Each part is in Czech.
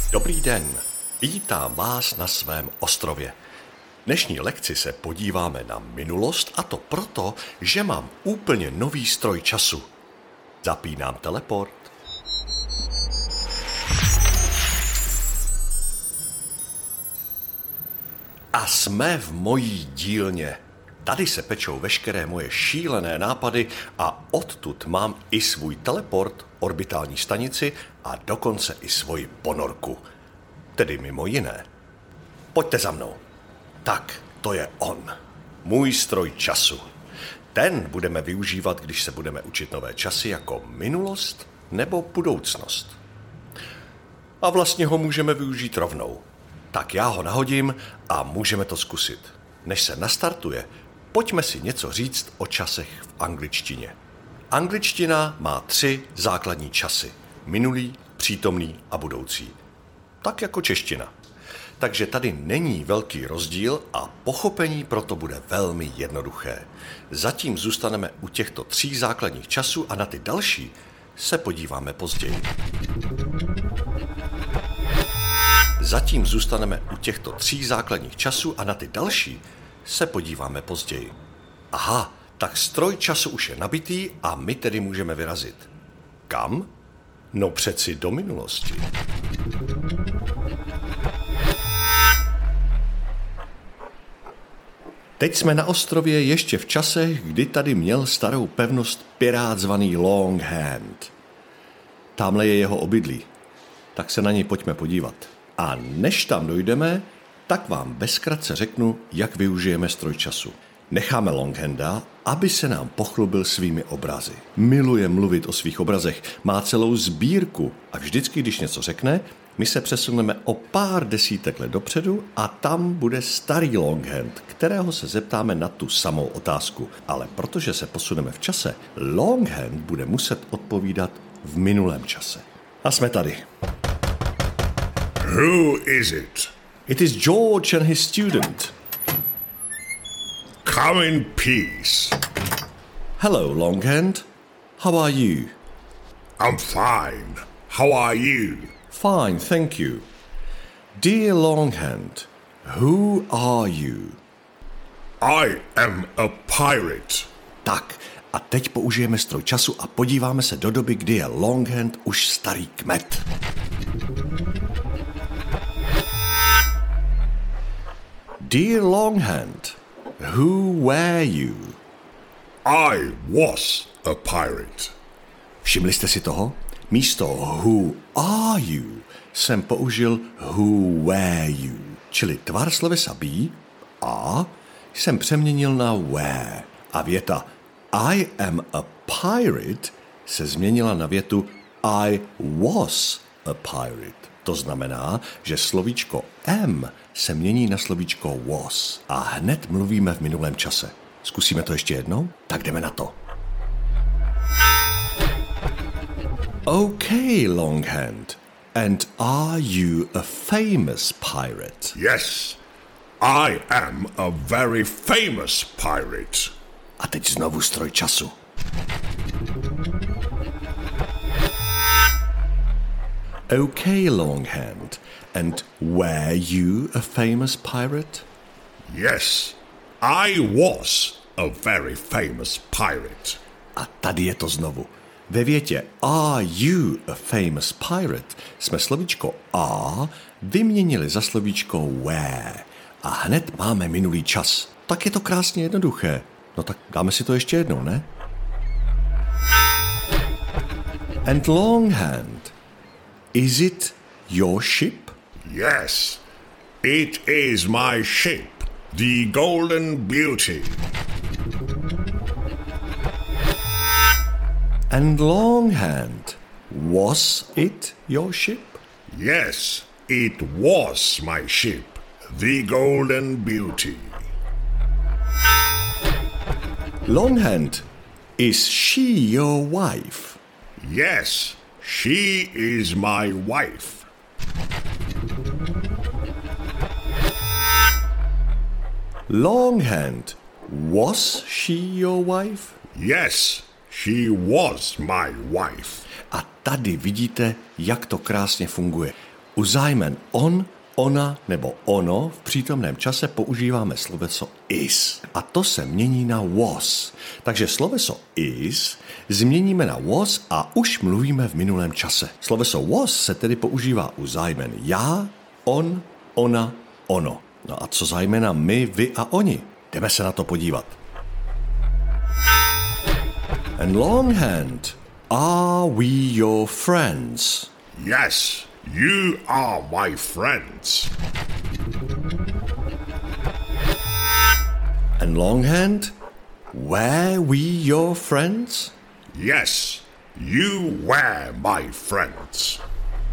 Dobrý den, vítám vás na svém ostrově. Dnešní lekci se podíváme na minulost a to proto, že mám úplně nový stroj času. Zapínám teleport. A jsme v mojí dílně. Tady se pečou veškeré moje šílené nápady a odtud mám i svůj teleport, orbitální stanici a dokonce i svoji ponorku. Tedy mimo jiné. Pojďte za mnou. Tak, to je on. Můj stroj času. Ten budeme využívat, když se budeme učit nové časy jako minulost nebo budoucnost. A vlastně ho můžeme využít rovnou. Tak já ho nahodím a můžeme to zkusit. Než se nastartuje, pojďme si něco říct o časech v angličtině. Angličtina má 3 základní časy. Minulý, přítomný a budoucí. Tak jako čeština. Takže tady není velký rozdíl a pochopení proto bude velmi jednoduché. Zatím zůstaneme u těchto 3 základních časů a na ty další se podíváme později. Zatím zůstaneme u těchto 3 základních časů a na ty další se podíváme později. Aha, tak stroj času už je nabitý a my tedy můžeme vyrazit. Kam? No přeci do minulosti. Teď jsme na ostrově ještě v časech, kdy tady měl starou pevnost pirát zvaný Longhand. Tamhle je jeho obydlí, tak se na něj pojďme podívat. A než tam dojdeme, tak vám ve zkratce řeknu, jak využijeme stroj času. Necháme Longhanda, aby se nám pochlubil svými obrazy. Miluje mluvit o svých obrazech, má celou sbírku a vždycky, když něco řekne, my se přesuneme o pár desítek let dopředu a tam bude starý Longhand, kterého se zeptáme na tu samou otázku. Ale protože se posuneme v čase, Longhand bude muset odpovídat v minulém čase. A jsme tady. Who is it? It is George and his student. Come in peace. Hello, Longhand. How are you? I'm fine. How are you? Fine, thank you. Dear Longhand, who are you? I am a pirate. Tak, a teď použijeme stroj času a podíváme se do doby, kdy je Longhand už starý kmet. Dear Longhand, who were you? I was a pirate. Všimli jste si toho? Místo who are you jsem použil who were you, čili tvar slovesa be a jsem přeměnil na were. A věta I am a pirate se změnila na větu I was a pirate. To znamená, že slovíčko am se mění na slovíčko was a hned mluvíme v minulém čase. Zkusíme to ještě jednou? Tak jdeme na to. Okay, Longhand. And are you a famous pirate? Yes, I am a very famous pirate. A teď znovu stroj času. Okay, Longhand. And were you a famous pirate? Yes, I was a very famous pirate. A tady je to znovu. Ve větě are you a famous pirate jsme slovíčko are vyměnili za slovíčko were. A hned máme minulý čas. Tak je to krásně jednoduché. No tak dáme si to ještě jednou, ne? And Longhand, is it your ship? Yes, it is my ship, the Golden Beauty. And Longhand, was it your ship? Yes, it was my ship, the Golden Beauty. Longhand, is she your wife? Yes, she is my wife. Longhand, was she your wife? Yes, she was my wife. A tady vidíte, jak to krásně funguje. U zájmen on, ona nebo ono v přítomném čase používáme sloveso is. A to se mění na was. Takže sloveso is změníme na was a už mluvíme v minulém čase. Sloveso was se tedy používá u zájmen já, on, ona, ono. No a co zájmena my, vy a oni? Jdeme se na to podívat. And longhand, are we your friends? Yes, you are my friends. And longhand, were we your friends? Yes, you were my friends.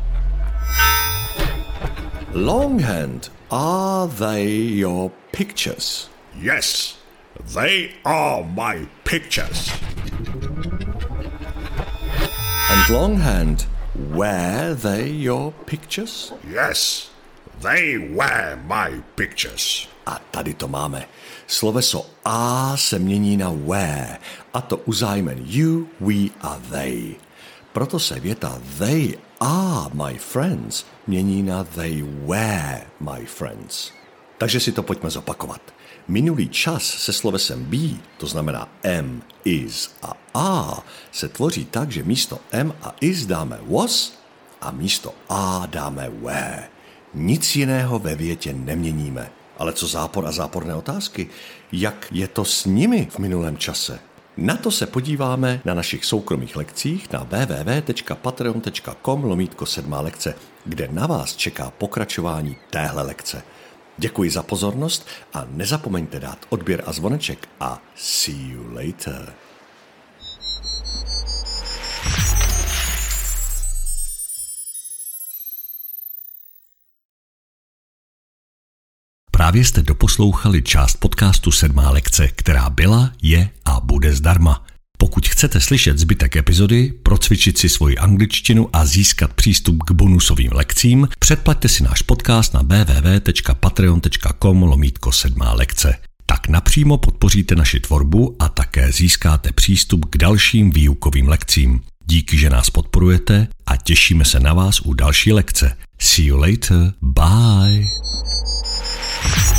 Longhand, are they your pictures? Yes, they are my pictures. And longhand, were they your pictures? Yes, they were my pictures. A tady to máme. Sloveso a se mění na were, a to u zájmen you, we a they. Proto se věta they are my friends mění na they were my friends. Takže si to pojďme zopakovat. Minulý čas se slovesem be, to znamená am, is a are, se tvoří tak, že místo am a is dáme was a místo a dáme were. Nic jiného ve větě neměníme. Ale co zápor a záporné otázky? Jak je to s nimi v minulém čase? Na to se podíváme na našich soukromých lekcích na www.patreon.com/7 lekce, kde na vás čeká pokračování téhle lekce. Děkuji za pozornost a nezapomeňte dát odběr a zvoneček a see you later. Právě jste doposlouchali část podcastu 7. lekce, která byla, je a bude zdarma. Pokud chcete slyšet zbytek epizody, procvičit si svoji angličtinu a získat přístup k bonusovým lekcím, předplaťte si náš podcast na www.patreon.com/7 lekce. Tak napřímo podpoříte naši tvorbu a také získáte přístup k dalším výukovým lekcím. Díky, že nás podporujete a těšíme se na vás u další lekce. See you later. Bye.